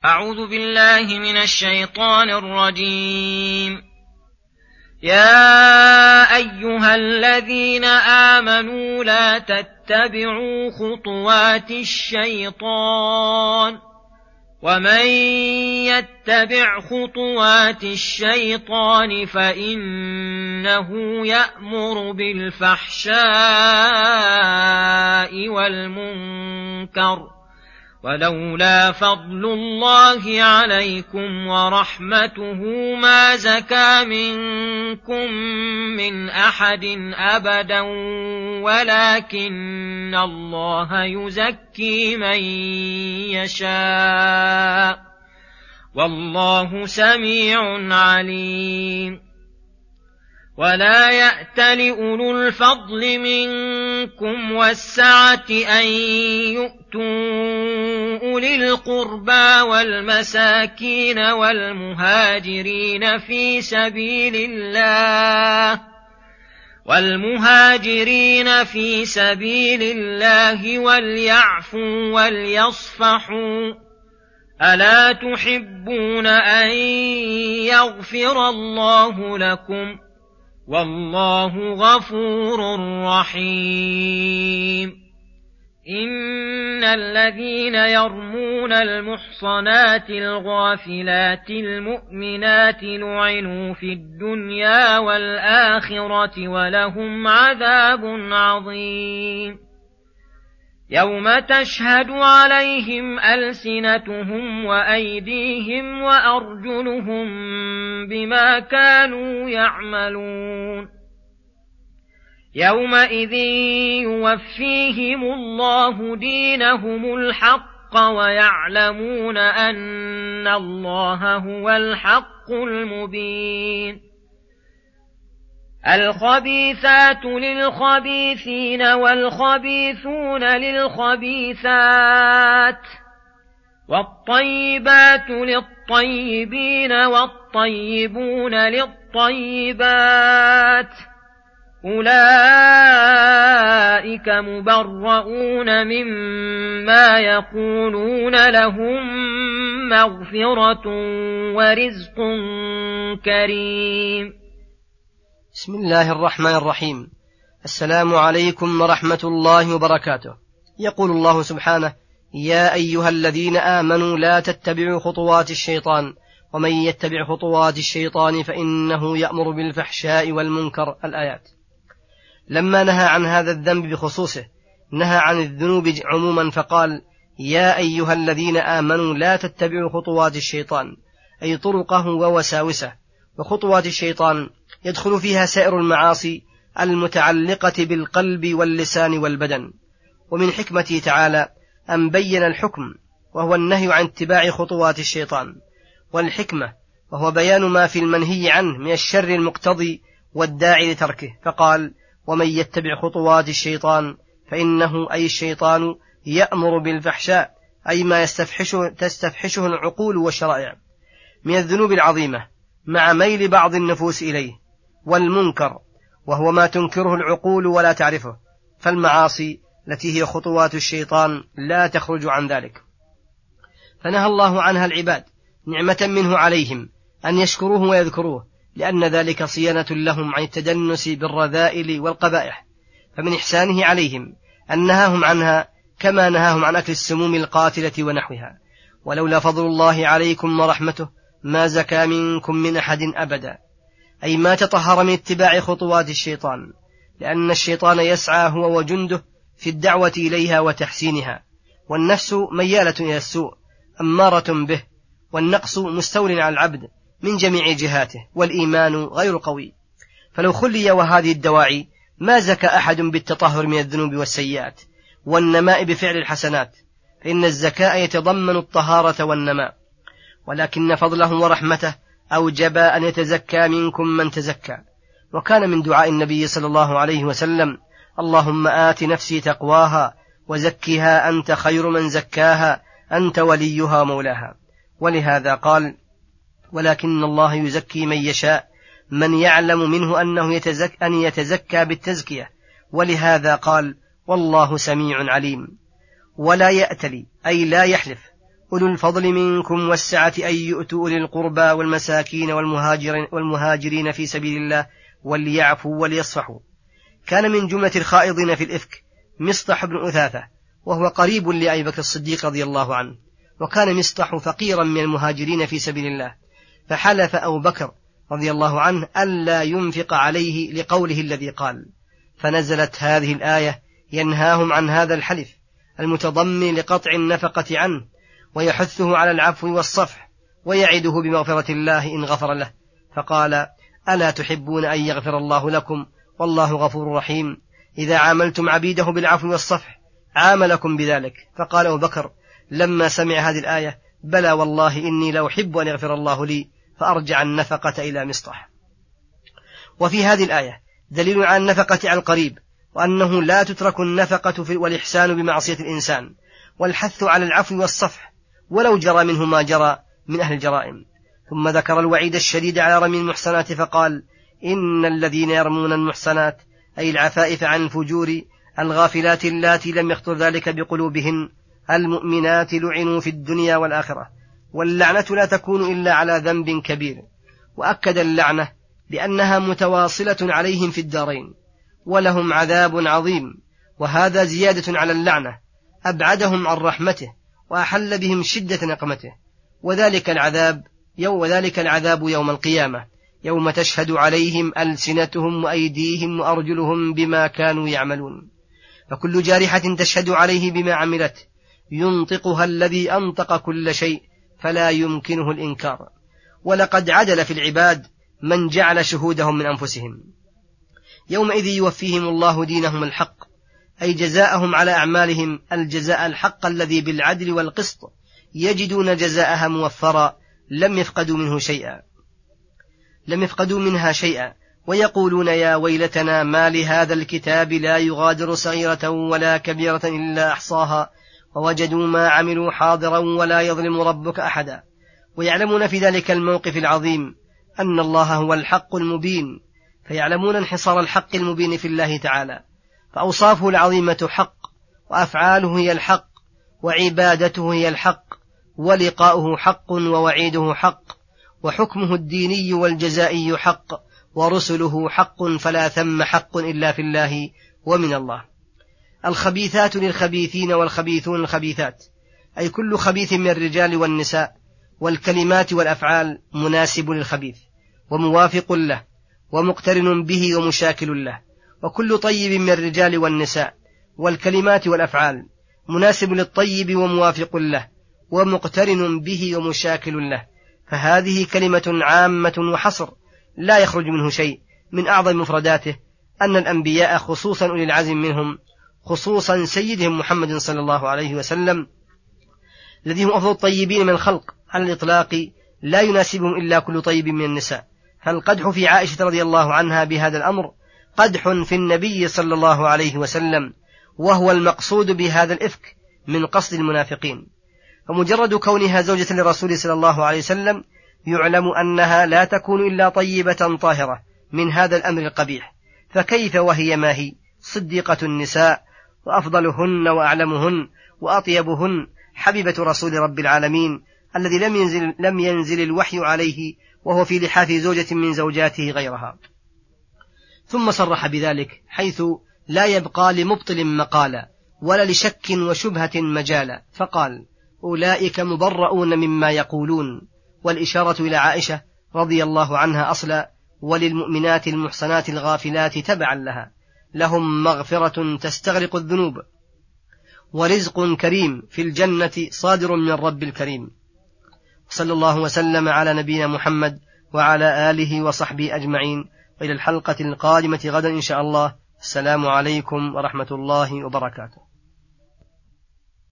أعوذ بالله من الشيطان الرجيم. يا أيها الذين آمنوا لا تتبعوا خطوات الشيطان ومن يتبع خطوات الشيطان فإنه يأمر بالفحشاء والمنكر ولولا فضل الله عليكم ورحمته ما زكى منكم من أحد أبدا ولكن الله يزكي من يشاء والله سميع عليم. ولا يأتل أولو الفضل منكم والسعة أن يؤتوا أولي القربى والمساكين والمهاجرين في سبيل الله وليعفوا وليصفحوا ألا تحبون أن يغفر الله لكم والله غفور رحيم. إن الذين يرمون المحصنات الغافلات المؤمنات لعنوا في الدنيا والآخرة ولهم عذاب عظيم. يوم تشهد عليهم ألسنتهم وأيديهم وأرجلهم بما كانوا يعملون. يومئذ يوفيهم الله دينهم الحق ويعلمون أن الله هو الحق المبين. الخبيثات للخبيثين والخبيثون للخبيثات والطيبات للطيبين والطيبون للطيبات أولئك مبرؤون مما يقولون لهم مغفرة ورزق كريم. بسم الله الرحمن الرحيم. السلام عليكم ورحمة الله وبركاته. يقول الله سبحانه: يا أيها الذين آمنوا لا تتبعوا خطوات الشيطان ومن يتبع خطوات الشيطان فإنه يأمر بالفحشاء والمنكر. الآيات. لما نهى عن هذا الذنب بخصوصه نهى عن الذنوب عموما فقال: يا أيها الذين آمنوا لا تتبعوا خطوات الشيطان، أي طرقه ووساوسه. وخطوات الشيطان يدخل فيها سائر المعاصي المتعلقة بالقلب واللسان والبدن. ومن حكمته تعالى أن بين الحكم وهو النهي عن اتباع خطوات الشيطان، والحكمة وهو بيان ما في المنهي عنه من الشر المقتضي والداعي لتركه، فقال: ومن يتبع خطوات الشيطان فإنه أي الشيطان يأمر بالفحشاء، أي ما تستفحشه العقول والشرائع من الذنوب العظيمة مع ميل بعض النفوس إليه، والمنكر وهو ما تنكره العقول ولا تعرفه، فالمعاصي التي هي خطوات الشيطان لا تخرج عن ذلك. فنهى الله عنها العباد نعمة منه عليهم أن يشكروه ويذكروه، لأن ذلك صيانة لهم عن التدنس بالرذائل والقبائح. فمن إحسانه عليهم أن نهاهم عنها كما نهاهم عن أكل السموم القاتلة ونحوها. ولولا فضل الله عليكم ورحمته ما زكى منكم من أحد أبدا، أي ما تطهر من اتباع خطوات الشيطان، لأن الشيطان يسعى هو وجنده في الدعوة إليها وتحسينها، والنفس ميالة إلى السوء أمارة به، والنقص مستول على العبد من جميع جهاته، والإيمان غير قوي. فلو خلي وهذه الدواعي ما زكى أحد بالتطهر من الذنوب والسيئات والنماء بفعل الحسنات، فإن الزكاة يتضمن الطهارة والنماء. ولكن فضله ورحمته أوجب أن يتزكى منكم من تزكى. وكان من دعاء النبي صلى الله عليه وسلم: اللهم آت نفسي تقواها وزكها أنت خير من زكاها أنت وليها مولاها. ولهذا قال: ولكن الله يزكي من يشاء، من يعلم منه أن يتزكى بالتزكية. ولهذا قال: والله سميع عليم. ولا يأتلي، أي لا يحلف، أولو الفضل منكم والسعة أن يؤتوا أولي القربى والمساكين والمهاجرين في سبيل الله وليعفوا وليصفحوا. كان من جملة الخائضين في الإفك مصطح بن أثاثة، وهو قريب لأبي بكر الصديق رضي الله عنه، وكان مصطح فقيرا من المهاجرين في سبيل الله، فحلف أبو بكر رضي الله عنه ألا ينفق عليه لقوله الذي قال، فنزلت هذه الآية ينهاهم عن هذا الحلف المتضمن لقطع النفقة عنه، ويحثه على العفو والصفح، ويعده بمغفرة الله إن غفر له، فقال: ألا تحبون أن يغفر الله لكم والله غفور رحيم؟ إذا عاملتم عبيده بالعفو والصفح عاملكم بذلك. فقال أبو بكر لما سمع هذه الآية: بلى والله إني لو أحب أن يغفر الله لي، فأرجع النفقة إلى مصطح. وفي هذه الآية دليل على النفقة على القريب، وأنه لا تترك النفقة والإحسان بمعصية الإنسان، والحث على العفو والصفح ولو جرى منه ما جرى من أهل الجرائم. ثم ذكر الوعيد الشديد على رمي المحصنات فقال: إن الذين يرمون المحصنات أي العفائف عن الفجور الغافلات اللاتي لم يخطر ذلك بقلوبهن المؤمنات لعنوا في الدنيا والآخرة، واللعنة لا تكون إلا على ذنب كبير. وأكد اللعنة بأنها متواصلة عليهم في الدارين ولهم عذاب عظيم، وهذا زيادة على اللعنة، أبعدهم عن رحمته وأحل بهم شدة نقمته، وذلك العذاب يوم القيامة، يوم تشهد عليهم ألسنتهم وأيديهم وأرجلهم بما كانوا يعملون. فكل جارحة تشهد عليه بما عملت ينطقها الذي أنطق كل شيء، فلا يمكنه الإنكار. ولقد عدل في العباد من جعل شهودهم من أنفسهم. يومئذ يوفيهم الله دينهم الحق، أي جزاءهم على أعمالهم الجزاء الحق الذي بالعدل والقسط، يجدون جزاءها موفرا لم يفقدوا منها شيئا، ويقولون: يا ويلتنا ما لهذا الكتاب لا يغادر صغيرة ولا كبيرة إلا أحصاها ووجدوا ما عملوا حاضرا ولا يظلم ربك أحدا. ويعلمون في ذلك الموقف العظيم أن الله هو الحق المبين، فيعلمون انحصار الحق المبين في الله تعالى، فأوصافه العظيمة حق، وأفعاله هي الحق، وعبادته هي الحق، ولقاؤه حق، ووعيده حق، وحكمه الديني والجزائي حق، ورسله حق، فلا ثم حق إلا في الله ومن الله. الخبيثات للخبيثين والخبيثون الخبيثات، أي كل خبيث من الرجال والنساء والكلمات والأفعال مناسب للخبيث وموافق له ومقترن به ومشاكل له، وكل طيب من الرجال والنساء والكلمات والأفعال مناسب للطيب وموافق له ومقترن به ومشاكل له. فهذه كلمة عامة وحصر لا يخرج منه شيء. من أعظم مفرداته أن الأنبياء خصوصا أولي العزم منهم، خصوصا سيدهم محمد صلى الله عليه وسلم الذي هم أفضل الطيبين من الخلق على الإطلاق، لا يناسبهم إلا كل طيب من النساء. فالقدح في عائشة رضي الله عنها بهذا الأمر قدح في النبي صلى الله عليه وسلم، وهو المقصود بهذا الإفك من قصد المنافقين. فمجرد كونها زوجة لرسول صلى الله عليه وسلم يعلم أنها لا تكون إلا طيبة طاهرة من هذا الأمر القبيح، فكيف وهي ما هي صديقة النساء وأفضلهن وأعلمهن وأطيبهن، حبيبة رسول رب العالمين الذي لم ينزل الوحي عليه وهو في لحاف زوجة من زوجاته غيرها. ثم صرح بذلك حيث لا يبقى لمبطل مقالا ولا لشك وشبهة مجالا، فقال: أولئك مبرؤون مما يقولون، والإشارة إلى عائشة رضي الله عنها أصلا، وللمؤمنات المحصنات الغافلات تبعا لها، لهم مغفرة تستغرق الذنوب ورزق كريم في الجنة صادر من الرب الكريم. صلى الله وسلم على نبينا محمد وعلى آله وصحبه أجمعين، وإلى الحلقة القادمة غدا إن شاء الله. السلام عليكم ورحمة الله وبركاته.